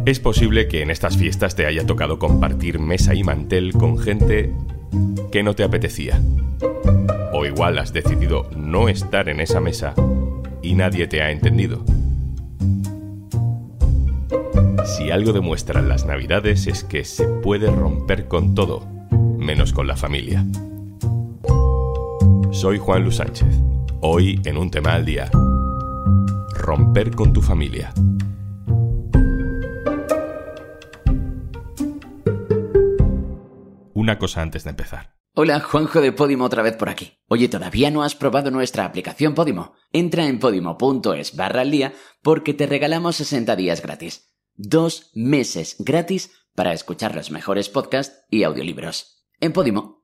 Es posible que en estas fiestas te haya tocado compartir mesa y mantel con gente que no te apetecía. O igual has decidido no estar en esa mesa y nadie te ha entendido. Si algo demuestran las Navidades es que se puede romper con todo, menos con la familia. Soy Juan Luis Sánchez. Hoy en un tema al día. Romper con tu familia. Una cosa antes de empezar. Hola, Juanjo de Podimo otra vez por aquí. Oye, ¿todavía no has probado nuestra aplicación Podimo? Entra en podimo.es/aldía porque te regalamos 60 días gratis. 2 meses gratis para escuchar los mejores podcasts y audiolibros. En Podimo.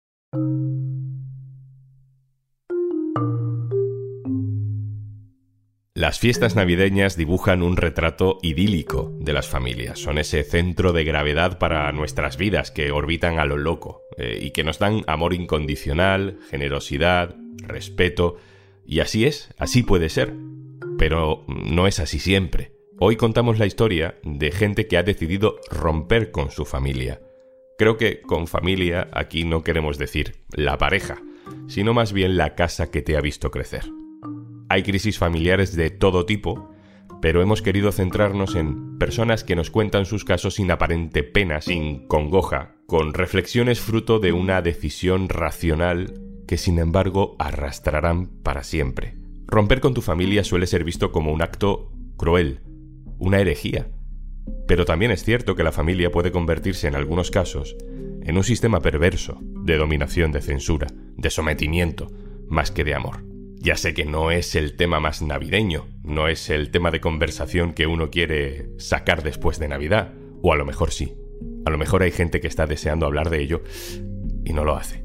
Las fiestas navideñas dibujan un retrato idílico de las familias. Son ese centro de gravedad para nuestras vidas que orbitan a lo loco y que nos dan amor incondicional, generosidad, respeto. Y así es, así puede ser. Pero no es así siempre. Hoy contamos la historia de gente que ha decidido romper con su familia. Creo que con familia aquí no queremos decir la pareja, sino más bien la casa que te ha visto crecer. Hay crisis familiares de todo tipo, pero hemos querido centrarnos en personas que nos cuentan sus casos sin aparente pena, sin congoja, con reflexiones fruto de una decisión racional que sin embargo arrastrarán para siempre. Romper con tu familia suele ser visto como un acto cruel, una herejía. Pero también es cierto que la familia puede convertirse en algunos casos en un sistema perverso de dominación, de censura, de sometimiento, más que de amor. Ya sé que no es el tema más navideño, no es el tema de conversación que uno quiere sacar después de Navidad, o a lo mejor sí. A lo mejor hay gente que está deseando hablar de ello y no lo hace.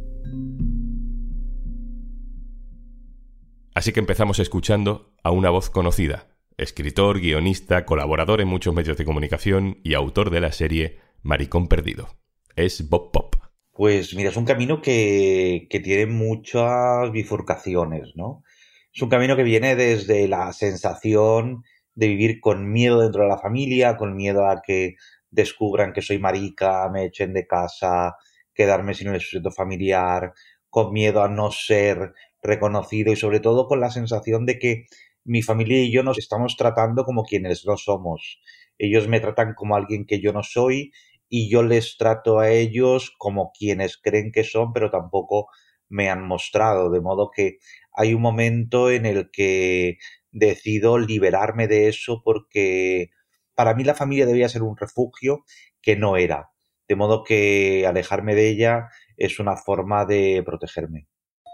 Así que empezamos escuchando a una voz conocida, escritor, guionista, colaborador en muchos medios de comunicación y autor de la serie Maricón Perdido. Es Bob Pop. Pues mira, es un camino que tiene muchas bifurcaciones, ¿no? Es un camino que viene desde la sensación de vivir con miedo dentro de la familia, con miedo a que descubran que soy marica, me echen de casa, quedarme sin el sustento familiar, con miedo a no ser reconocido y sobre todo con la sensación de que mi familia y yo nos estamos tratando como quienes no somos. Ellos me tratan como alguien que yo no soy y yo les trato a ellos como quienes creen que son, pero tampoco me han mostrado. De modo que hay un momento en el que decido liberarme de eso porque para mí la familia debía ser un refugio que no era. De modo que alejarme de ella es una forma de protegerme.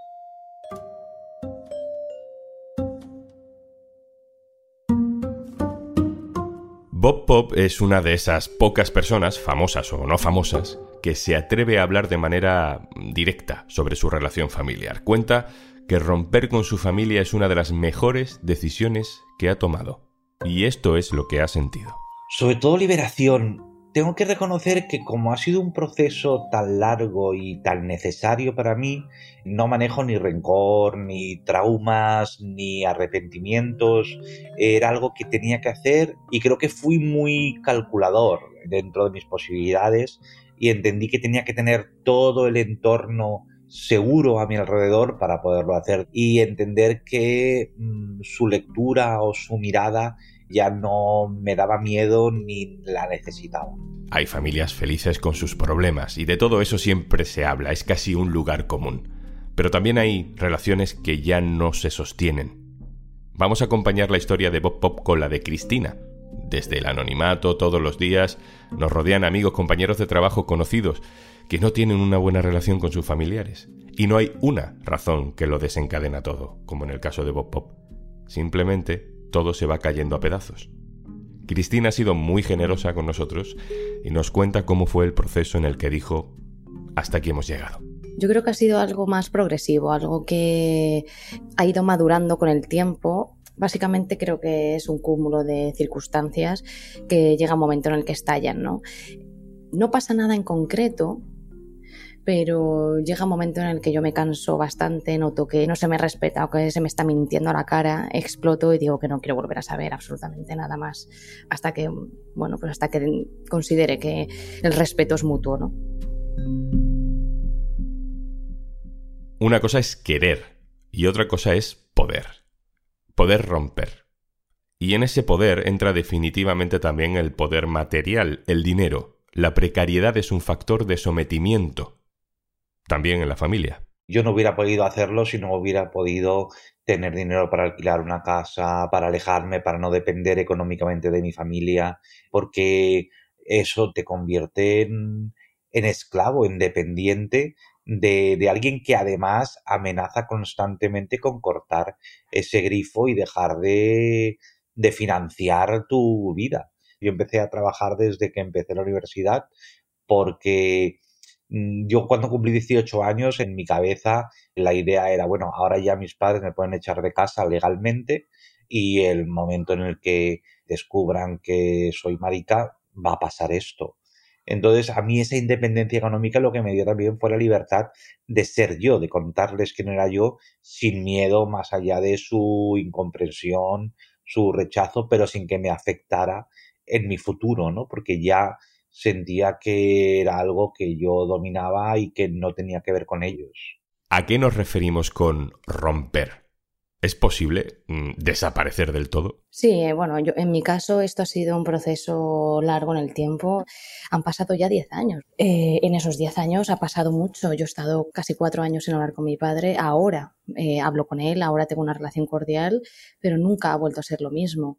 Bob Pop es una de esas pocas personas, famosas o no famosas, que se atreve a hablar de manera directa sobre su relación familiar. Cuenta que romper con su familia es una de las mejores decisiones que ha tomado. Y esto es lo que ha sentido. Sobre todo liberación. Tengo que reconocer que como ha sido un proceso tan largo y tan necesario para mí, no manejo ni rencor, ni traumas, ni arrepentimientos. Era algo que tenía que hacer y creo que fui muy calculador dentro de mis posibilidades y entendí que tenía que tener todo el entorno seguro a mi alrededor para poderlo hacer y entender que su lectura o su mirada ya no me daba miedo ni la necesitaba. Hay familias felices con sus problemas y de todo eso siempre se habla, es casi un lugar común. Pero también hay relaciones que ya no se sostienen. Vamos a acompañar la historia de Bob Pop con la de Cristina. Desde el anonimato, todos los días, nos rodean amigos, compañeros de trabajo, conocidos, que no tienen una buena relación con sus familiares. Y no hay una razón que lo desencadena todo, como en el caso de Bob Pop. Simplemente todo se va cayendo a pedazos. Cristina ha sido muy generosa con nosotros y nos cuenta cómo fue el proceso en el que dijo: hasta aquí hemos llegado. Yo creo que ha sido algo más progresivo, algo que ha ido madurando con el tiempo. Básicamente creo que es un cúmulo de circunstancias que llega un momento en el que estallan, ¿no? No pasa nada en concreto, pero llega un momento en el que yo me canso bastante, noto que no se me respeta o que se me está mintiendo a la cara, exploto y digo que no quiero volver a saber absolutamente nada más hasta que, bueno, pues hasta que considere que el respeto es mutuo, ¿no? Una cosa es querer y otra cosa es poder. Poder romper. Y en ese poder entra definitivamente también el poder material, el dinero. La precariedad es un factor de sometimiento. También en la familia. Yo no hubiera podido hacerlo si no hubiera podido tener dinero para alquilar una casa, para alejarme, para no depender económicamente de mi familia, porque eso te convierte en esclavo, en dependiente de alguien que además amenaza constantemente con cortar ese grifo y dejar de financiar tu vida. Yo empecé a trabajar desde que empecé la universidad porque yo cuando cumplí 18 años, en mi cabeza la idea era, bueno, ahora ya mis padres me pueden echar de casa legalmente y el momento en el que descubran que soy marica va a pasar esto. Entonces, a mí esa independencia económica lo que me dio también fue la libertad de ser yo, de contarles quién era yo sin miedo más allá de su incomprensión, su rechazo, pero sin que me afectara en mi futuro, ¿no? Porque ya sentía que era algo que yo dominaba y que no tenía que ver con ellos. ¿A qué nos referimos con romper? ¿Es posible desaparecer del todo? Sí, bueno, en mi caso esto ha sido un proceso largo en el tiempo. Han pasado ya 10 años. En esos 10 años ha pasado mucho. Yo he estado casi 4 años sin hablar con mi padre. Ahora hablo con él, ahora tengo una relación cordial, pero nunca ha vuelto a ser lo mismo.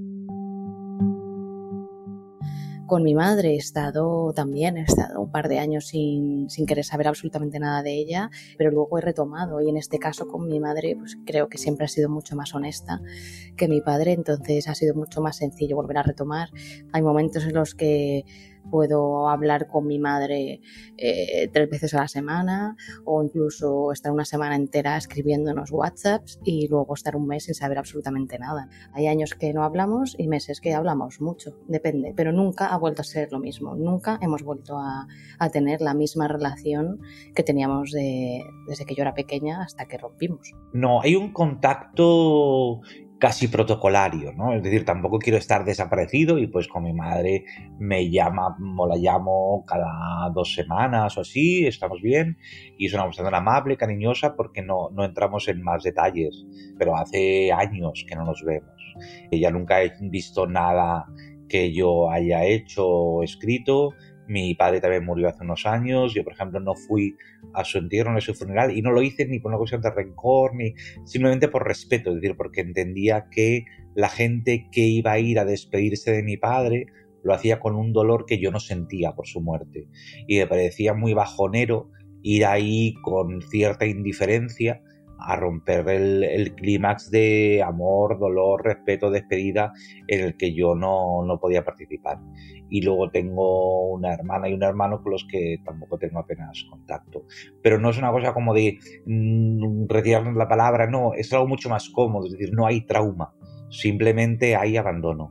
Con mi madre he estado un par de años sin querer saber absolutamente nada de ella, pero luego he retomado y en este caso con mi madre pues creo que siempre ha sido mucho más honesta que mi padre, entonces ha sido mucho más sencillo volver a retomar. Hay momentos en los que puedo hablar con mi madre 3 veces a la semana o incluso estar una semana entera escribiéndonos WhatsApps y luego estar un mes sin saber absolutamente nada. Hay años que no hablamos y meses que hablamos mucho, depende, pero nunca ha vuelto a ser lo mismo. Nunca hemos vuelto a tener la misma relación que teníamos desde que yo era pequeña hasta que rompimos. No, hay un contacto casi protocolario, ¿no? Es decir, tampoco quiero estar desaparecido y pues con mi madre me llama o la llamo cada 2 semanas o así, estamos bien y es una conversación amable, cariñosa porque no entramos en más detalles, pero hace años que no nos vemos. Ella nunca ha visto nada que yo haya hecho o escrito. Mi padre también murió hace unos años. Yo, por ejemplo, no fui a su entierro ni a su funeral y no lo hice ni por una cuestión de rencor, ni simplemente por respeto, es decir, porque entendía que la gente que iba a ir a despedirse de mi padre lo hacía con un dolor que yo no sentía por su muerte y me parecía muy bajonero ir ahí con cierta indiferencia a romper el clímax de amor, dolor, respeto, despedida en el que yo no podía participar. Y luego tengo una hermana y un hermano con los que tampoco tengo apenas contacto. Pero no es una cosa como de retirarnos la palabra, no, es algo mucho más cómodo, es decir, no hay trauma, simplemente hay abandono.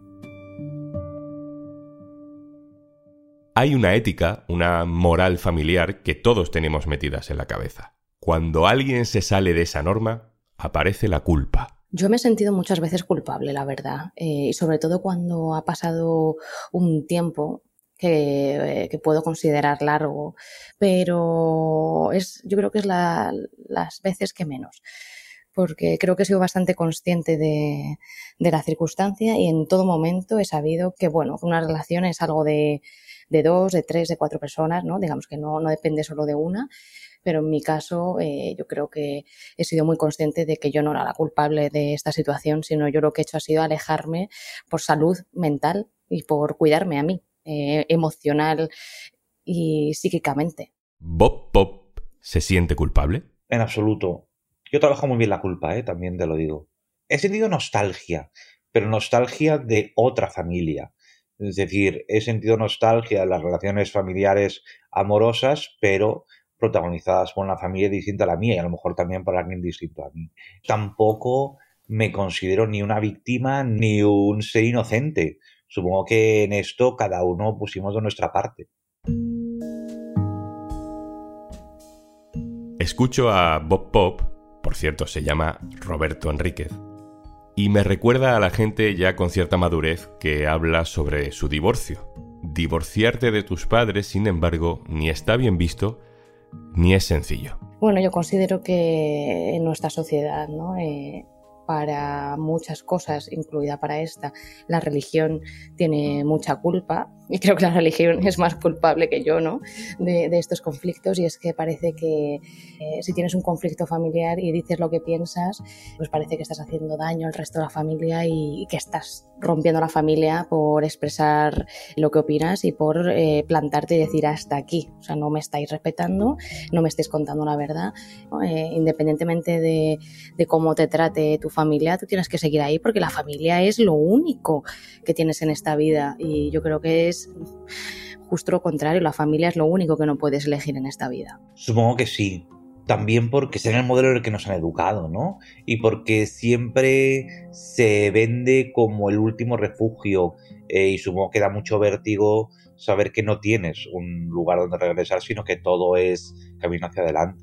Hay una ética, una moral familiar que todos tenemos metidas en la cabeza. Cuando alguien se sale de esa norma, aparece la culpa. Yo me he sentido muchas veces culpable, la verdad, y sobre todo cuando ha pasado un tiempo que puedo considerar largo, pero yo creo que es las veces que menos, porque creo que he sido bastante consciente de la circunstancia y en todo momento he sabido que, bueno, una relación es algo de 2, de 3, de 4 personas, ¿no? Digamos que no depende solo de una. Pero en mi caso yo creo que he sido muy consciente de que yo no era la culpable de esta situación, sino yo lo que he hecho ha sido alejarme por salud mental y por cuidarme a mí, emocional y psíquicamente. ¿Bob se siente culpable? En absoluto. Yo trabajo muy bien la culpa, también te lo digo. He sentido nostalgia, pero nostalgia de otra familia. Es decir, he sentido nostalgia de las relaciones familiares amorosas, pero protagonizadas por una familia distinta a la mía y a lo mejor también por alguien distinto a mí. Tampoco me considero ni una víctima ni un ser inocente. Supongo que en esto cada uno pusimos de nuestra parte. Escucho a Bob Pop, por cierto se llama Roberto Enríquez, y me recuerda a la gente ya con cierta madurez que habla sobre su divorcio. Divorciarte de tus padres, sin embargo, ni está bien visto, ni es sencillo. Bueno, yo considero que en nuestra sociedad, ¿no? Para muchas cosas, incluida para esta, la religión tiene mucha culpa, y creo que la religión es más culpable que yo, ¿no? de estos conflictos, y es que parece que si tienes un conflicto familiar y dices lo que piensas, pues parece que estás haciendo daño al resto de la familia y que estás rompiendo la familia por expresar lo que opinas y por plantarte y decir hasta aquí. O sea, no me estáis respetando, no me estáis contando la verdad, ¿no? Independientemente de cómo te trate tu familia, tú tienes que seguir ahí porque la familia es lo único que tienes en esta vida, y yo creo que es justo lo contrario, la familia es lo único que no puedes elegir en esta vida. Supongo que sí. También porque es el modelo en el que nos han educado, ¿no? Y porque siempre se vende como el último refugio, y supongo que da mucho vértigo saber que no tienes un lugar donde regresar, sino que todo es camino hacia adelante.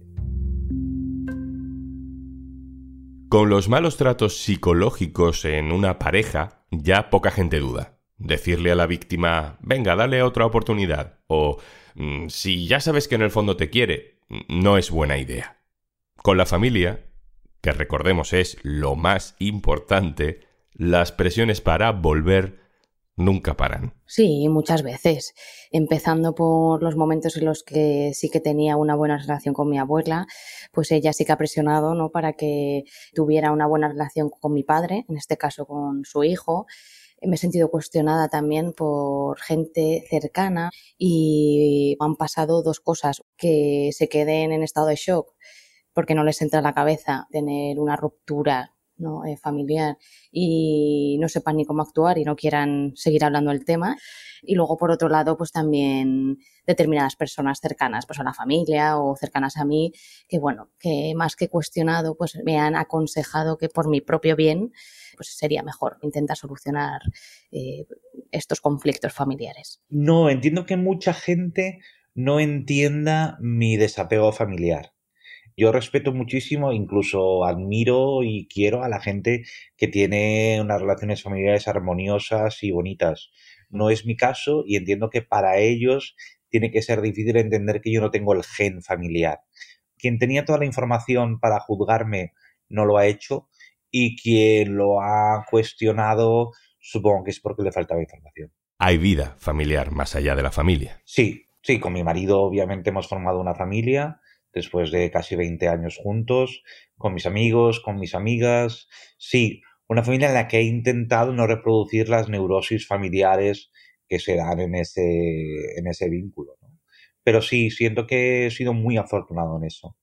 Con los malos tratos psicológicos en una pareja, ya poca gente duda. Decirle a la víctima, venga, dale otra oportunidad, o si ya sabes que en el fondo te quiere, no es buena idea. Con la familia, que recordemos es lo más importante, las presiones para volver nunca paran. Sí, muchas veces, empezando por los momentos en los que sí que tenía una buena relación con mi abuela, pues ella sí que ha presionado, ¿no?, para que tuviera una buena relación con mi padre, en este caso con su hijo. Me he sentido cuestionada también por gente cercana y han pasado dos cosas: que se queden en estado de shock porque no les entra a la cabeza tener una ruptura, ¿no?, familiar, y no sepan ni cómo actuar y no quieran seguir hablando del tema. Y luego, por otro lado, pues también determinadas personas cercanas, pues a la familia o cercanas a mí, que bueno, que más que cuestionado, pues me han aconsejado que por mi propio bien, pues sería mejor intentar solucionar estos conflictos familiares. No, entiendo que mucha gente no entienda mi desapego familiar. Yo respeto muchísimo, incluso admiro y quiero a la gente que tiene unas relaciones familiares armoniosas y bonitas. No es mi caso y entiendo que para ellos tiene que ser difícil entender que yo no tengo el gen familiar. Quien tenía toda la información para juzgarme no lo ha hecho, y quien lo ha cuestionado supongo que es porque le faltaba información. Hay vida familiar más allá de la familia. Sí, con mi marido obviamente hemos formado una familia después de casi 20 años juntos, con mis amigos, con mis amigas. Sí, una familia en la que he intentado no reproducir las neurosis familiares que se dan en ese vínculo, ¿no? Pero sí, siento que he sido muy afortunado en eso.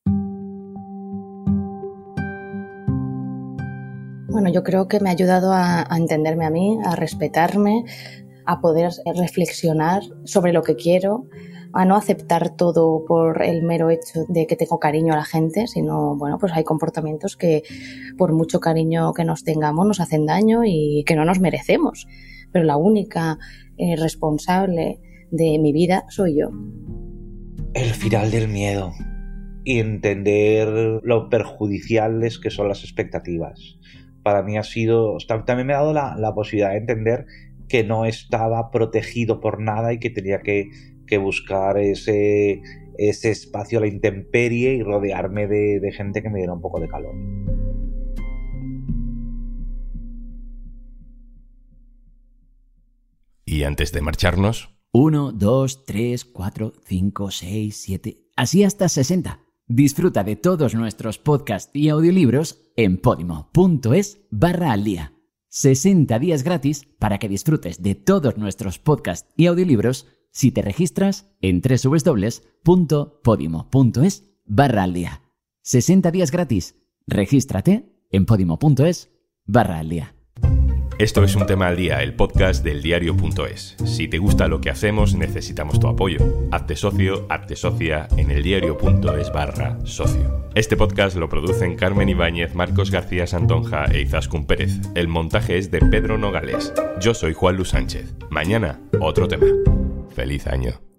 Bueno, yo creo que me ha ayudado a entenderme a mí, a respetarme, a poder reflexionar sobre lo que quiero, a no aceptar todo por el mero hecho de que tengo cariño a la gente, sino, bueno, pues hay comportamientos que por mucho cariño que nos tengamos nos hacen daño y que no nos merecemos. Pero la única responsable de mi vida soy yo. El final del miedo y entender lo perjudiciales que son las expectativas. Para mí ha sido... También me ha dado la posibilidad de entender que no estaba protegido por nada y que tenía que buscar ese espacio a la intemperie y rodearme de gente que me diera un poco de calor. Y antes de marcharnos... 1, 2, 3, 4, 5, 6, 7... Así hasta 60. Disfruta de todos nuestros podcasts y audiolibros en podimo.es/aldía. 60 días gratis para que disfrutes de todos nuestros podcasts y audiolibros si te registras en www.podimo.es/aldía. 60 días gratis. Regístrate en podimo.es/aldía. Esto es Un Tema al Día, el podcast del diario.es. Si te gusta lo que hacemos, necesitamos tu apoyo. Hazte socio, hazte socia en eldiario.es/socio. Este podcast lo producen Carmen Ibáñez, Marcos García Santonja e Izaskun Pérez. El montaje es de Pedro Nogales. Yo soy Juan Luis Sánchez. Mañana, otro tema. ¡Feliz año!